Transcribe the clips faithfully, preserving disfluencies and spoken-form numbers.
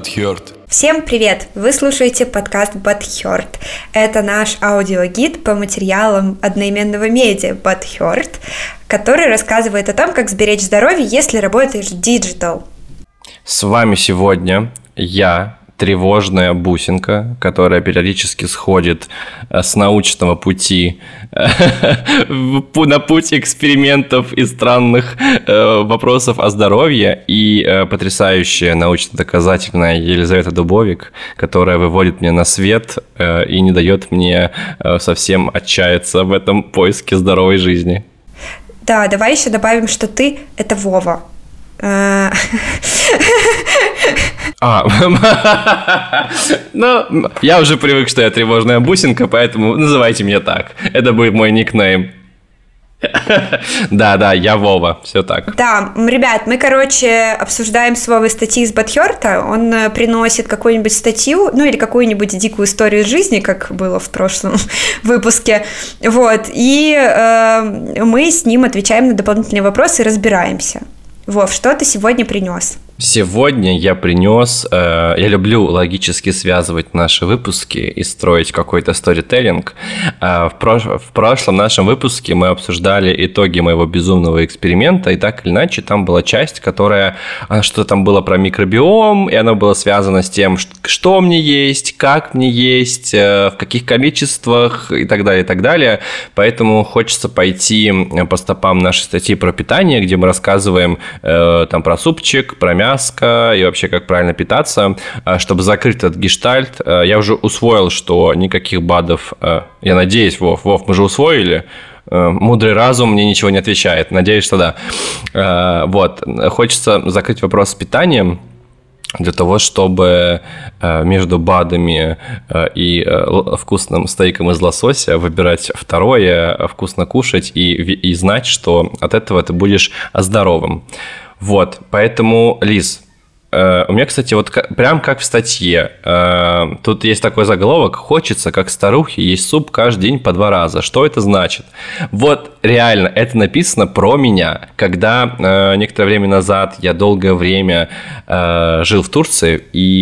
Butthurt. Всем привет! Вы слушаете подкаст Butthurt. Это наш аудиогид по материалам одноименного медиа Butthurt, который рассказывает о том, как сберечь здоровье, если работаешь в диджитал. С вами сегодня я, тревожная бусинка, которая периодически сходит с научного пути на путь экспериментов и странных вопросов о здоровье, и потрясающая научно-доказательная Елизавета Дубовик, которая выводит меня на свет и не дает мне совсем отчаяться в этом поиске здоровой жизни. Да, давай еще добавим, что ты – это Вова. А, ну, я уже привык, что я тревожная бусинка, поэтому называйте меня так. Это будет мой никнейм. Да, да, я Вова, все так. Да, ребят, мы, короче, обсуждаем с Вовой статьи из Butthurt. Он приносит какую-нибудь статью, ну или какую-нибудь дикую историю из жизни, как было в прошлом выпуске. Вот, и э, мы с ним отвечаем на дополнительные вопросы и разбираемся. Вов, что ты сегодня принес? Сегодня я принес, э, я люблю логически связывать наши выпуски и строить какой-то сторителлинг. Э, в, прош- в прошлом нашем выпуске мы обсуждали итоги моего безумного эксперимента, и так или иначе там была часть, которая, что-то там было про микробиом, и она была связана с тем, что мне есть, как мне есть, э, в каких количествах и так далее, и так далее. Поэтому хочется пойти по стопам нашей статьи про питание, где мы рассказываем э, там про супчик, про мясо, мяско и вообще как правильно питаться, чтобы закрыть этот гештальт. Я уже усвоил, что никаких БАДов, я надеюсь, Вов, Вов, мы же усвоили, мудрый разум мне ничего не отвечает, надеюсь, что да. Вот, хочется закрыть вопрос с питанием, для того, чтобы между БАДами и вкусным стейком из лосося выбирать второе, вкусно кушать и, и знать, что от этого ты будешь здоровым. Вот, поэтому, Лиз, э, у меня, кстати, вот к- прям как в статье, э, тут есть такой заголовок: «Хочется, как старухи, есть суп каждый день по два раза». Что это значит? Вот реально, это написано про меня. Когда э, некоторое время назад я долгое время э, жил в Турции,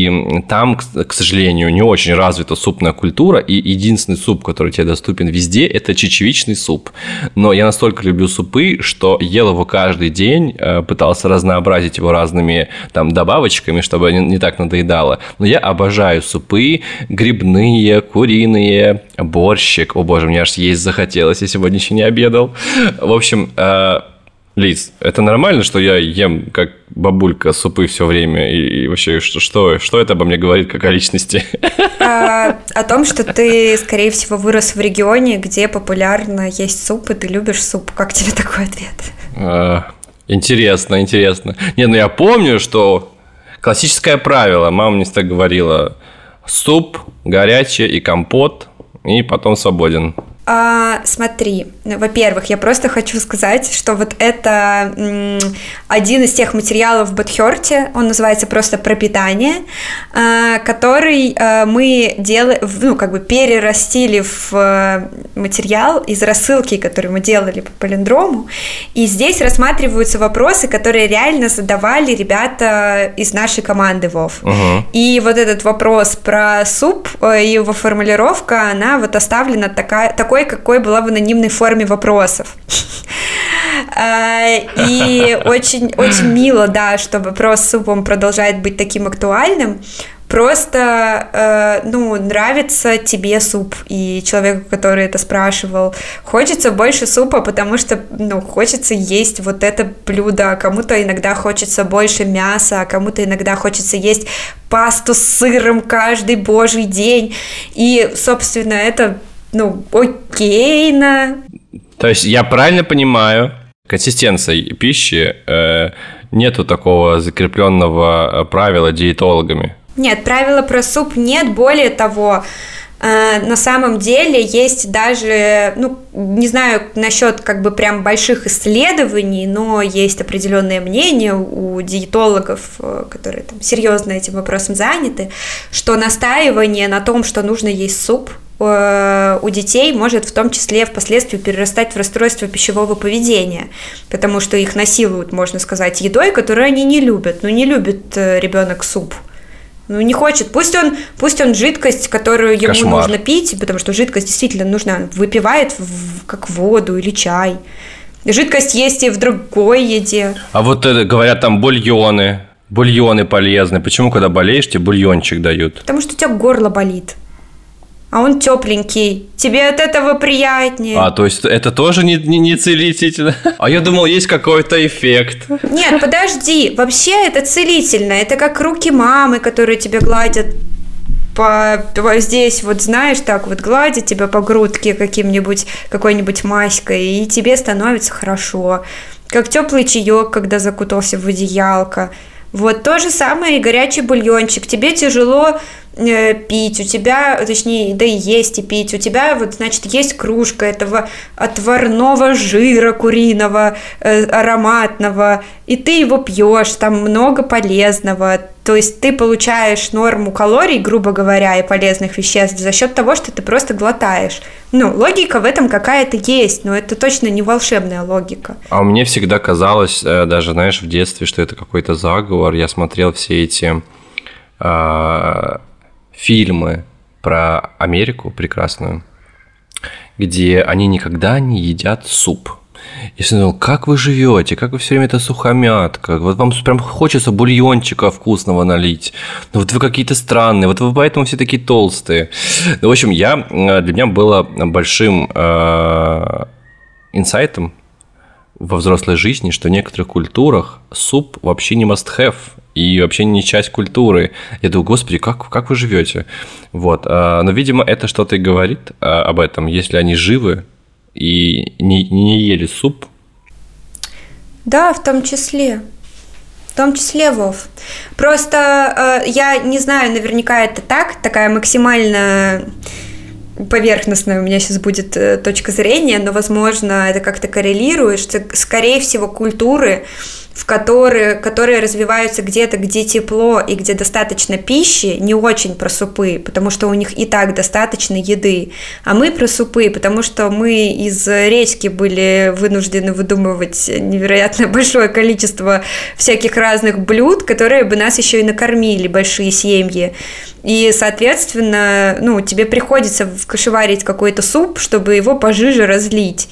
и там, к, к сожалению, не очень развита супная культура, и единственный суп, который тебе доступен везде, это чечевичный суп. Но я настолько люблю супы, что ел его каждый день, э, пытался разнообразить его разными там добавочками, чтобы не, не так надоедало. Но я обожаю супы грибные, куриные, борщик. О боже, мне аж есть захотелось, я сегодня еще не обедал. В общем, э, Лиз, это нормально, что я ем как бабулька супы все время? И, и вообще, что, что, что это обо мне говорит как о личности? А, о том, что ты, скорее всего, вырос в регионе, где популярно есть суп, и ты любишь суп. Как тебе такой ответ? А, интересно, интересно. Не, ну я помню, что классическое правило, мама мне всегда говорила: суп, горячий и компот, и потом свободен. А, смотри, во-первых, я просто хочу сказать, что вот это м, один из тех материалов в Butthurt, он называется просто «Про питание», а, который а, мы делали, ну, как бы перерастили в а, материал из рассылки, который мы делали по Полиндрому, и здесь рассматриваются вопросы, которые реально задавали ребята из нашей команды, Вов. Угу. И вот этот вопрос про суп и его формулировка, она вот оставлена такая, такой, какой была в анонимной форме вопросов. И очень, очень мило, да, что вопрос с супом продолжает быть таким актуальным. Просто, ну, нравится тебе суп, и человеку, который это спрашивал, хочется больше супа, потому что, ну, хочется есть вот это блюдо, кому-то иногда хочется больше мяса, а кому-то иногда хочется есть пасту с сыром каждый божий день, и, собственно, это, ну, окейно. То есть я правильно понимаю, консистенция пищи э, нету такого закрепленного правила диетологами? Нет, правила про суп нет, более того, э, на самом деле есть даже, ну, не знаю насчет как бы прям больших исследований, но есть определенное мнение у диетологов, которые там серьезно этим вопросом заняты, что настаивание на том, что нужно есть суп, у детей может в том числе впоследствии перерастать в расстройство пищевого поведения, потому что их насилуют, можно сказать, едой, которую они не любят. Ну, не любит ребенок суп. Ну, не хочет. Пусть он, пусть он жидкость, которую ему Кошмар. нужно пить, потому что жидкость действительно нужна, выпивает в, как воду или чай. Жидкость есть и в другой еде. А вот это, говорят, там бульоны. Бульоны полезны. Почему, когда болеешь, тебе бульончик дают? Потому что у тебя горло болит. А он тепленький. Тебе от этого приятнее. А, то есть это тоже не, не, не целительно? А я думал, есть какой-то эффект. Нет, подожди. Вообще это целительно. Это как руки мамы, которые тебя гладят по, по здесь, вот знаешь, так вот гладят тебя по грудке каким-нибудь, какой-нибудь маськой, и тебе становится хорошо. Как теплый чаек, когда закутался в одеялко. Вот то же самое и горячий бульончик. Тебе тяжело э, пить, у тебя, точнее, да и есть и пить. У тебя, вот, значит, есть кружка этого отварного жира куриного, э, ароматного, и ты его пьешь, там много полезного. То есть ты получаешь норму калорий, грубо говоря, и полезных веществ за счет того, что ты просто глотаешь. Ну, логика в этом какая-то есть, но это точно не волшебная логика. А мне всегда казалось, даже, знаешь, в детстве, что это какой-то заговор. Я смотрел все эти э, фильмы про Америку прекрасную, где они никогда не едят суп. Я всегда думал, как вы живете, как вы все время это сухомятка, вот вам прям хочется бульончика вкусного налить, но вот вы какие-то странные, вот вы поэтому все такие толстые. Ну, в общем, я, для меня было большим э, инсайтом во взрослой жизни, что в некоторых культурах суп вообще не must-have и вообще не часть культуры. Я думаю, господи, как, как вы живете? Вот. Но, видимо, это что-то и говорит об этом, если они живы и не, не ели суп. Да, в том числе. В том числе, Вов. Просто э, я не знаю, наверняка это так, такая максимально поверхностная у меня сейчас будет э, точка зрения, но, возможно, это как-то коррелирует, что, скорее всего, культуры, в которые, которые развиваются где-то, где тепло и где достаточно пищи, не очень про супы, потому что у них и так достаточно еды, а мы про супы, потому что мы из редьки были вынуждены выдумывать невероятно большое количество всяких разных блюд, которые бы нас еще и накормили, большие семьи. И, соответственно, ну, тебе приходится вкашеварить какой-то суп, чтобы его пожиже разлить.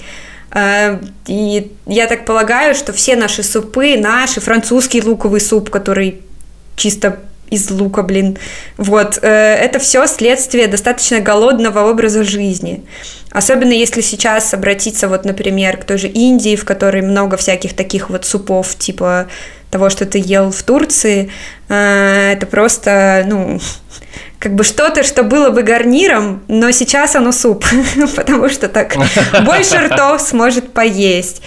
И я так полагаю, что все наши супы, наши, французский луковый суп, который чисто из лука, блин, вот, это все следствие достаточно голодного образа жизни. Особенно если сейчас обратиться, вот, например, к той же Индии, в которой много всяких таких вот супов, типа того, что ты ел в Турции, это просто, ну, как бы что-то, что было бы гарниром, но сейчас оно суп, потому что так больше ртов сможет поесть.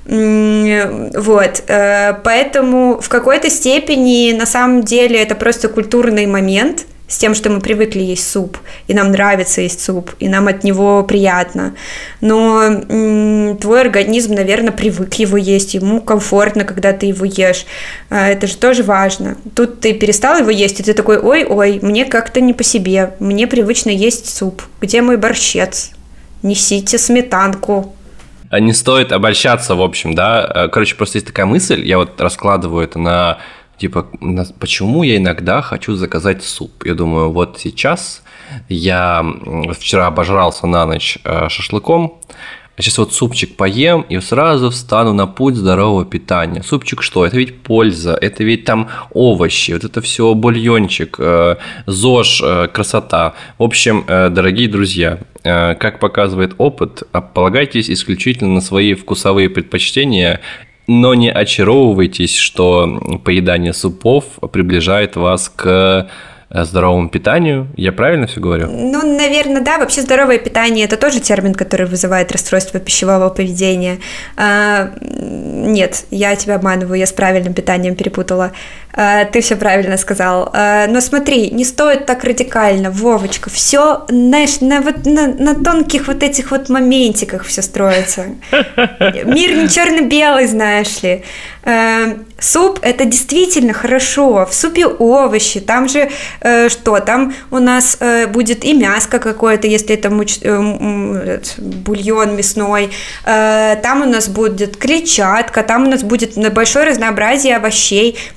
Вот, поэтому в какой-то степени на самом деле это просто культурный момент с тем, что мы привыкли есть суп, и нам нравится есть суп, и нам от него приятно. Но м- твой организм, наверное, привык его есть, ему комфортно, когда ты его ешь. Это же тоже важно. Тут ты перестал его есть, и ты такой, ой-ой, мне как-то не по себе, мне привычно есть суп. Где мой борщец? Несите сметанку. Не стоит обольщаться, в общем, да. Короче, просто есть такая мысль, я вот раскладываю это на... Типа, почему я иногда хочу заказать суп? Я думаю, вот сейчас я вчера обожрался на ночь шашлыком, а сейчас вот супчик поем и сразу встану на путь здорового питания. Супчик что? Это ведь польза, это ведь там овощи, вот это все бульончик, ЗОЖ, красота. В общем, дорогие друзья, как показывает опыт, полагайтесь исключительно на свои вкусовые предпочтения, но не очаровывайтесь, что поедание супов приближает вас к здоровому питанию. Я правильно все говорю? Ну, наверное, да. Вообще здоровое питание – это тоже термин, который вызывает расстройство пищевого поведения. А, нет, я тебя обманываю, я с правильным питанием перепутала. А, ты все правильно сказал. А, но смотри, не стоит так радикально, Вовочка. Все, знаешь, на, вот, на, на тонких вот этих вот моментиках все строится. Мир не черно-белый, знаешь ли. А, суп – это действительно хорошо. В супе овощи, там же э, что? Там у нас э, будет и мяско какое-то, если это муч... э, бульон мясной. Э, там у нас будет клетчатка, там у нас будет большое разнообразие овощей. Мне кажется,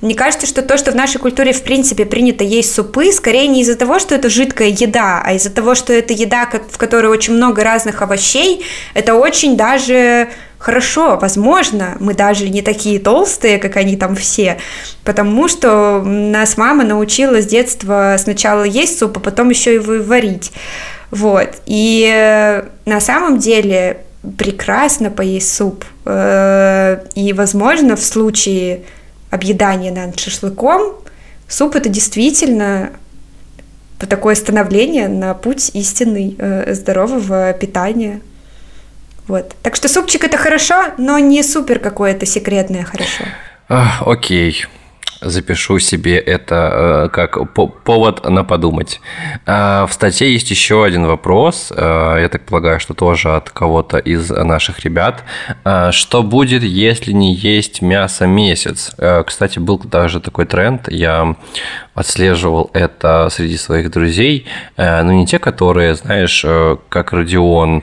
кажется, что то, что в нашей культуре в принципе принято есть супы, скорее не из-за того, что это жидкая еда, а из-за того, что это еда, в которой очень много разных овощей, это очень даже хорошо. Возможно, мы даже не такие толстые, как они там все, потому что нас мама научила с детства сначала есть суп, а потом еще его и варить. Вот. И на самом деле прекрасно поесть суп. И, возможно, в случае объедания над шашлыком суп – это действительно такое становление на путь истинный здорового питания. Вот. Так что супчик – это хорошо, но не супер какое-то секретное хорошо. Окей. Запишу себе это э, как по- повод на подумать. Э, в статье есть еще один вопрос, э, я так полагаю, что тоже от кого-то из наших ребят. Э, что будет, если не есть мясо месяц? Э, кстати, был даже такой тренд, я отслеживал это среди своих друзей, э, но не те, которые, знаешь, э, как Родион,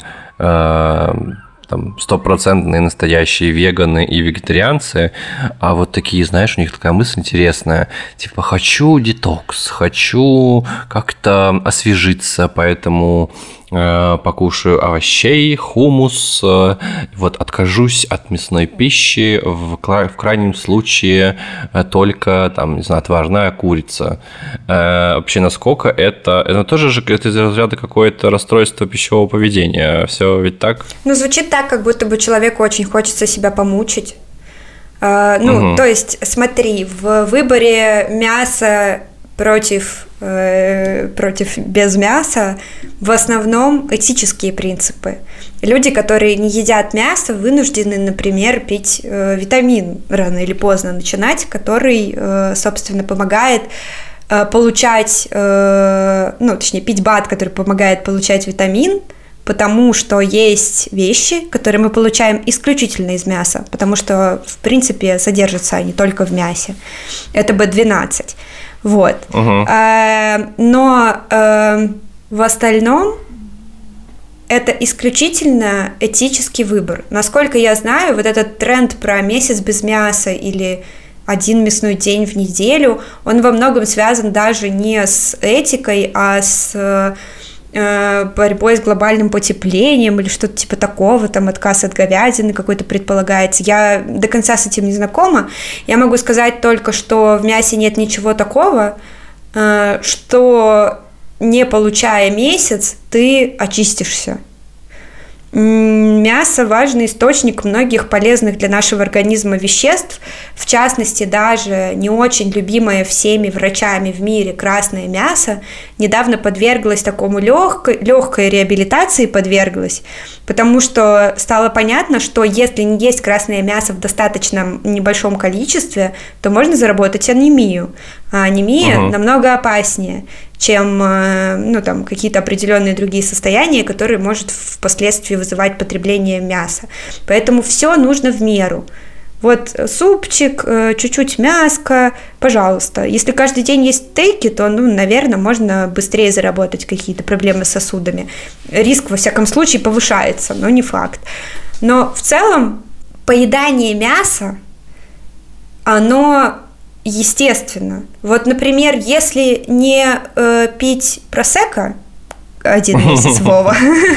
э, там, стопроцентные настоящие веганы и вегетарианцы, а вот такие, знаешь, у них такая мысль интересная, типа, хочу детокс, хочу как-то освежиться, поэтому э, покушаю овощей, хумус, э, вот откажусь от мясной пищи, в, в крайнем случае э, только, там, не знаю, отварная курица. Э, вообще, насколько это, это тоже же это из разряда какое-то расстройство пищевого поведения, все ведь так? Ну, звучит так, как будто бы человеку очень хочется себя помучить. Uh, ну, угу. То есть, смотри, в выборе мяса против, э, против без мяса в основном этические принципы. Люди, которые не едят мясо, вынуждены, например, пить э, витамин рано или поздно начинать, который, э, собственно, помогает э, получать, э, ну, точнее, пить БАД, который помогает получать витамин, потому что есть вещи, которые мы получаем исключительно из мяса, потому что, в принципе, содержатся они только в мясе. Это бэ двенадцать. Вот. Uh-huh. А, но а, в остальном это исключительно этический выбор. Насколько я знаю, вот этот тренд про месяц без мяса или один мясной день в неделю, он во многом связан даже не с этикой, а с борьбой с глобальным потеплением или что-то типа такого, там отказ от говядины какой-то предполагается. Я до конца с этим не знакома. Я могу сказать только, что в мясе нет ничего такого, что, не получая месяц, ты очистишься. Мясо – важный источник многих полезных для нашего организма веществ, в частности, даже не очень любимое всеми врачами в мире красное мясо недавно подверглось такому легкой, легкой реабилитации, подверглось, потому что стало понятно, что если не есть красное мясо в достаточно небольшом количестве, то можно заработать анемию, а анемия угу. намного опаснее, чем ну, там, какие-то определенные другие состояния, которые может впоследствии вызывать потребление мяса. Поэтому все нужно в меру. Вот супчик, чуть-чуть мяска, пожалуйста. Если каждый день есть стейки, то, ну, наверное, можно быстрее заработать какие-то проблемы с сосудами. Риск, во всяком случае, повышается, но не факт. Но в целом поедание мяса, оно естественно. Вот, например, если не э, пить просекко один месяц, Вова,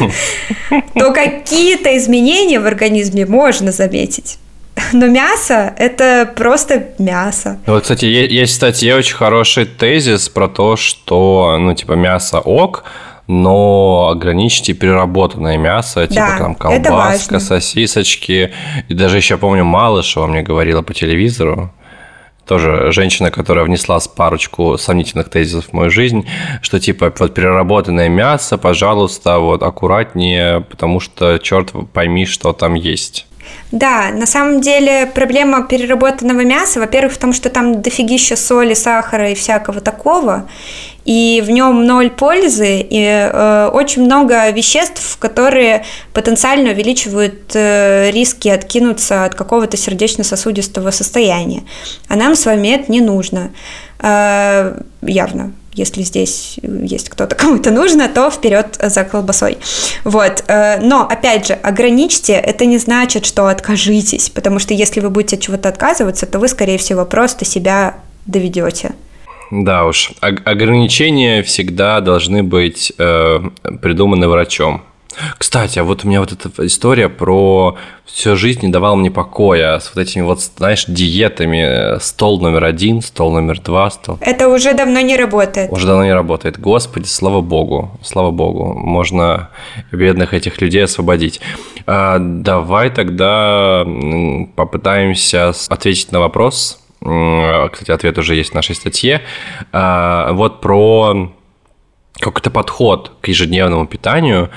то какие-то изменения в организме можно заметить. Но мясо – это просто мясо. Вот, кстати, есть в статье очень хороший тезис про то, что, ну, типа, мясо ок, но ограничьте переработанное мясо, типа да, там колбаска, сосисочки. И даже еще помню, Малышева мне говорила по телевизору, тоже женщина, которая внесла парочку сомнительных тезисов в мою жизнь, что типа вот переработанное мясо, пожалуйста, вот аккуратнее, потому что черт пойми, что там есть. Да, на самом деле проблема переработанного мяса, во-первых, в том, что там дофигища соли, сахара и всякого такого, и в нем ноль пользы, и э, очень много веществ, которые потенциально увеличивают э, риски откинуться от какого-то сердечно-сосудистого состояния. А нам с вами это не нужно, э, явно. Если здесь есть кто-то, кому это нужно, то вперед за колбасой. Вот. Но, опять же, ограничьте, это не значит, что откажитесь, потому что если вы будете от чего-то отказываться, то вы, скорее всего, просто себя доведете. Да уж, ограничения всегда должны быть э, придуманы врачом. Кстати, а вот у меня вот эта история про всю жизнь не давала мне покоя с вот этими вот, знаешь, диетами. Стол номер один, стол номер два, стол... Это уже давно не работает. Уже давно не работает. Господи, слава богу, слава богу, можно бедных этих людей освободить. А, давай тогда попытаемся ответить на вопрос. Кстати, ответ уже есть в нашей статье. А, вот про... какой-то подход к ежедневному питанию.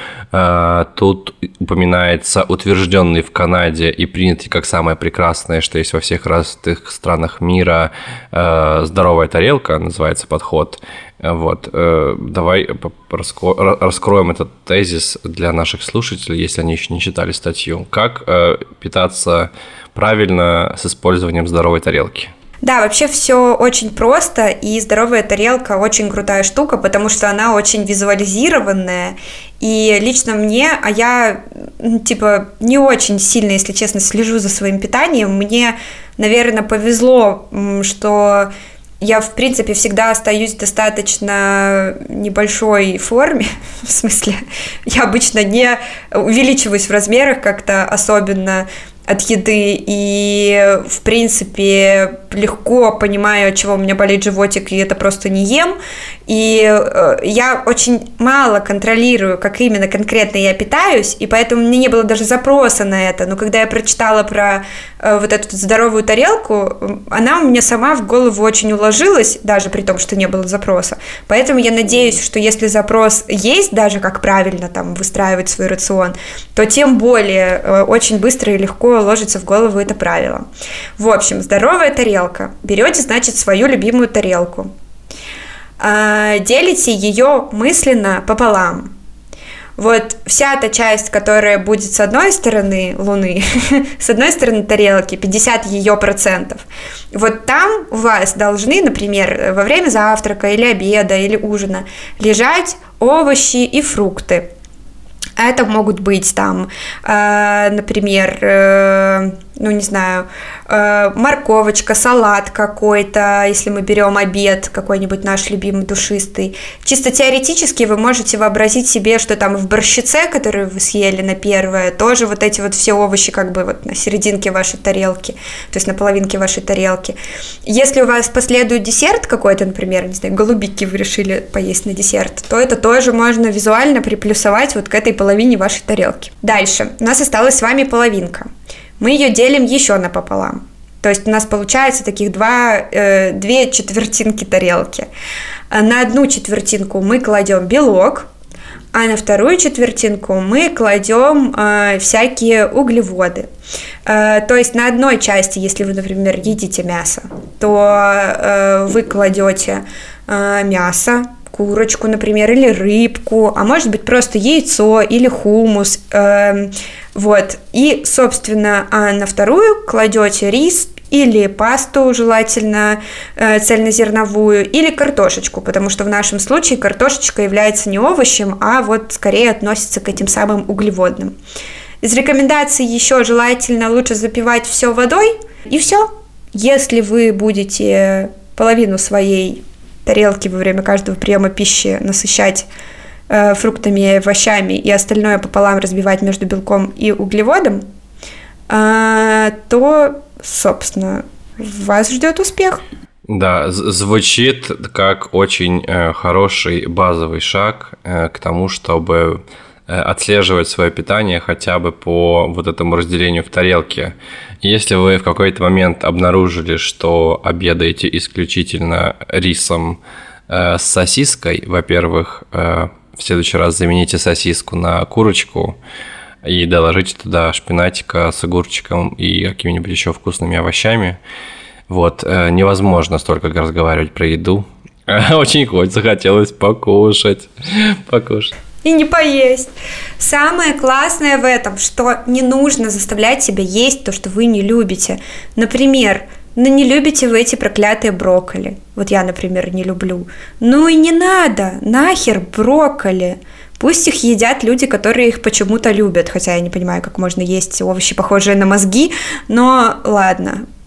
Тут упоминается утвержденный в Канаде и принятый как самое прекрасное, что есть во всех разных странах мира, здоровая тарелка, называется подход. Вот. Давай раскроем этот тезис для наших слушателей, если они еще не читали статью. Как питаться правильно с использованием здоровой тарелки? Да, вообще все очень просто, и здоровая тарелка очень крутая штука, потому что она очень визуализированная, и лично мне, а я, типа, не очень сильно, если честно, слежу за своим питанием, мне, наверное, повезло, что я, в принципе, всегда остаюсь в достаточно небольшой форме, в смысле, я обычно не увеличиваюсь в размерах как-то особенно от еды, и, в принципе, легко понимаю, от чего у меня болит животик, и это просто не ем, и э, я очень мало контролирую, как именно конкретно я питаюсь, и поэтому у меня не было даже запроса на это, но когда я прочитала про э, вот эту здоровую тарелку, она у меня сама в голову очень уложилась, даже при том, что не было запроса, поэтому я надеюсь, что если запрос есть, даже как правильно там выстраивать свой рацион, то тем более э, очень быстро и легко ложится в голову это правило. В общем, здоровая тарелка. Берете, значит, свою любимую тарелку. Делите ее мысленно пополам. Вот вся та часть, которая будет с одной стороны Луны, с одной стороны тарелки, пятьдесят ее процентов, вот там у вас должны, например, во время завтрака или обеда или ужина лежать овощи и фрукты. Это могут быть там, э, например, э, ну не знаю, э, морковочка, салат какой-то, если мы берем обед, какой-нибудь наш любимый душистый. Чисто теоретически вы можете вообразить себе, что там в борщице, который вы съели на первое, тоже вот эти вот все овощи как бы вот на серединке вашей тарелки, то есть на половинке вашей тарелки. Если у вас последует десерт какой-то, например, не знаю, голубики вы решили поесть на десерт, то это тоже можно визуально приплюсовать вот к этой половине вашей тарелки. Дальше. У нас осталась с вами половинка. Мы ее делим еще напополам. То есть у нас получается таких два, э, две четвертинки тарелки. На одну четвертинку мы кладем белок, а на вторую четвертинку мы кладем э, всякие углеводы. Э, то есть на одной части, если вы, например, едите мясо, то э, вы кладете э, мясо, курочку, например, или рыбку, а может быть просто яйцо или хумус, э, вот, и, собственно, а на вторую кладете рис или пасту, желательно э, цельнозерновую, или картошечку, потому что в нашем случае картошечка является не овощем, а вот скорее относится к этим самым углеводным. Из рекомендаций еще желательно лучше запивать все водой, и все. Если вы будете половину своей тарелки во время каждого приема пищи насыщать э, фруктами и овощами и остальное пополам разбивать между белком и углеводом, э, то, собственно, вас ждет успех. Да, звучит как очень э, хороший базовый шаг э, к тому, чтобы э, отслеживать свое питание хотя бы по вот этому разделению в тарелке. Если вы в какой-то момент обнаружили, что обедаете исключительно рисом э, с сосиской, во-первых, э, в следующий раз замените сосиску на курочку и доложите туда шпинатика с огурчиком и какими-нибудь еще вкусными овощами. Вот, э, невозможно столько разговаривать про еду. Очень хоть захотелось покушать, покушать. И не поесть. Самое классное в этом, что не нужно заставлять себя есть то, что вы не любите. Например, ну не любите вы эти проклятые брокколи. Вот я, например, не люблю. Ну и не надо, нахер брокколи. Пусть их едят люди, которые их почему-то любят. Хотя я не понимаю, как можно есть овощи, похожие на мозги. Но ладно,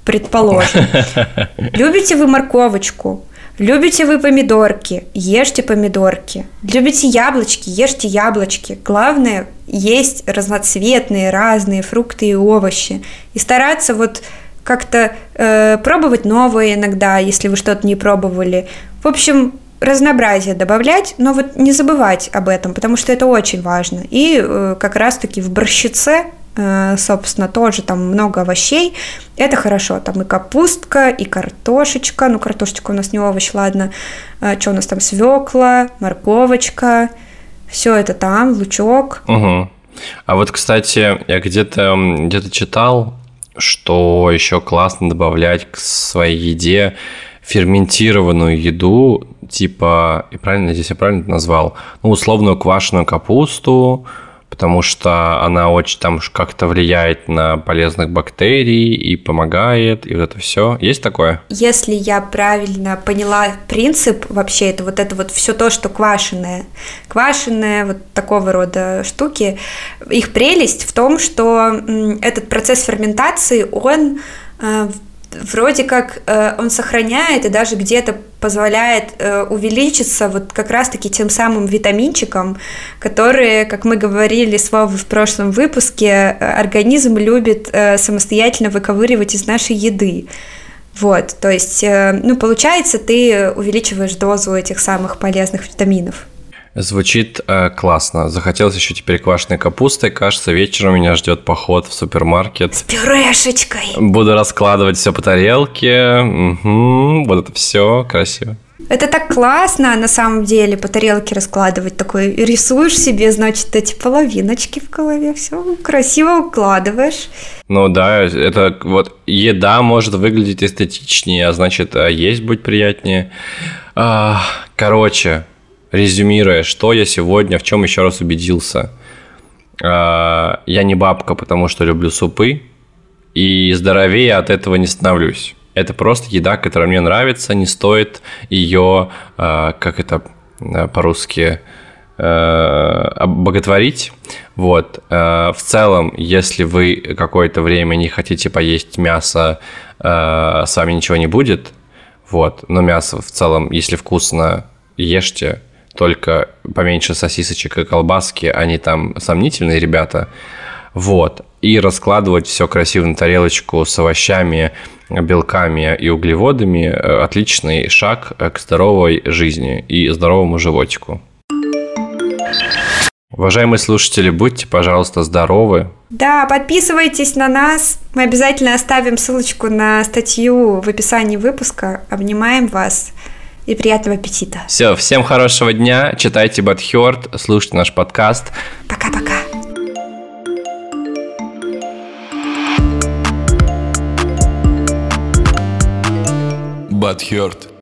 предположим. Любите вы морковочку? Любите вы помидорки? Ешьте помидорки. Любите яблочки? Ешьте яблочки. Главное, есть разноцветные, разные фрукты и овощи. И стараться вот как-то э, пробовать новые иногда, если вы что-то не пробовали. В общем, разнообразие добавлять, но вот не забывать об этом, потому что это очень важно. И э, как раз-таки в борщице, э, собственно, тоже там много овощей. Это хорошо. Там и капустка, и картошечка. Ну, картошечка у нас не овощ, ладно. А, что у нас там? Свекла, морковочка. Все это там, лучок. Угу. А вот, кстати, я где-то, где-то читал, что еще классно добавлять к своей еде ферментированную еду, типа, и правильно здесь я правильно это назвал, ну, условную квашеную капусту, потому что она очень там как-то влияет на полезных бактерий и помогает, и вот это все. Есть такое? Если я правильно поняла принцип вообще, это вот это вот все то, что квашеное. Квашеное, вот такого рода штуки. Их прелесть в том, что этот процесс ферментации, он вроде как э, он сохраняет и даже где-то позволяет э, увеличиться вот как раз-таки тем самым витаминчикам, которые, как мы говорили с Вовой в прошлом выпуске, организм любит э, самостоятельно выковыривать из нашей еды. Вот, то есть, э, ну, получается, ты увеличиваешь дозу этих самых полезных витаминов. Звучит э, классно. Захотелось еще теперь квашеной капустой. Кажется, вечером меня ждет поход в супермаркет. С пюрешечкой. Буду раскладывать все по тарелке. Угу, вот это все красиво. Это так классно, на самом деле, по тарелке раскладывать. Такой рисуешь себе, значит, эти половиночки в голове. Все красиво укладываешь. Ну да, это вот еда может выглядеть эстетичнее, а значит, есть будет приятнее. А, короче... Резюмируя, что я сегодня, в чем еще раз убедился. Я не бабка, потому что люблю супы, и здоровее от этого не становлюсь. Это просто еда, которая мне нравится, не стоит ее, как это по-русски, обоготворить. Вот. В целом, если вы какое-то время не хотите поесть мясо, с вами ничего не будет. Вот. Но мясо в целом, если вкусно, ешьте. Только поменьше сосисочек и колбаски, они там сомнительные ребята. Вот. И раскладывать все красиво на тарелочку с овощами, белками и углеводами – отличный шаг к здоровой жизни и здоровому животику. Уважаемые слушатели, будьте, пожалуйста, здоровы. Да, подписывайтесь на нас. Мы обязательно оставим ссылочку на статью в описании выпуска. Обнимаем вас. И приятного аппетита. Все, всем хорошего дня. Читайте Butthurt, слушайте наш подкаст. Пока-пока. Butthurt.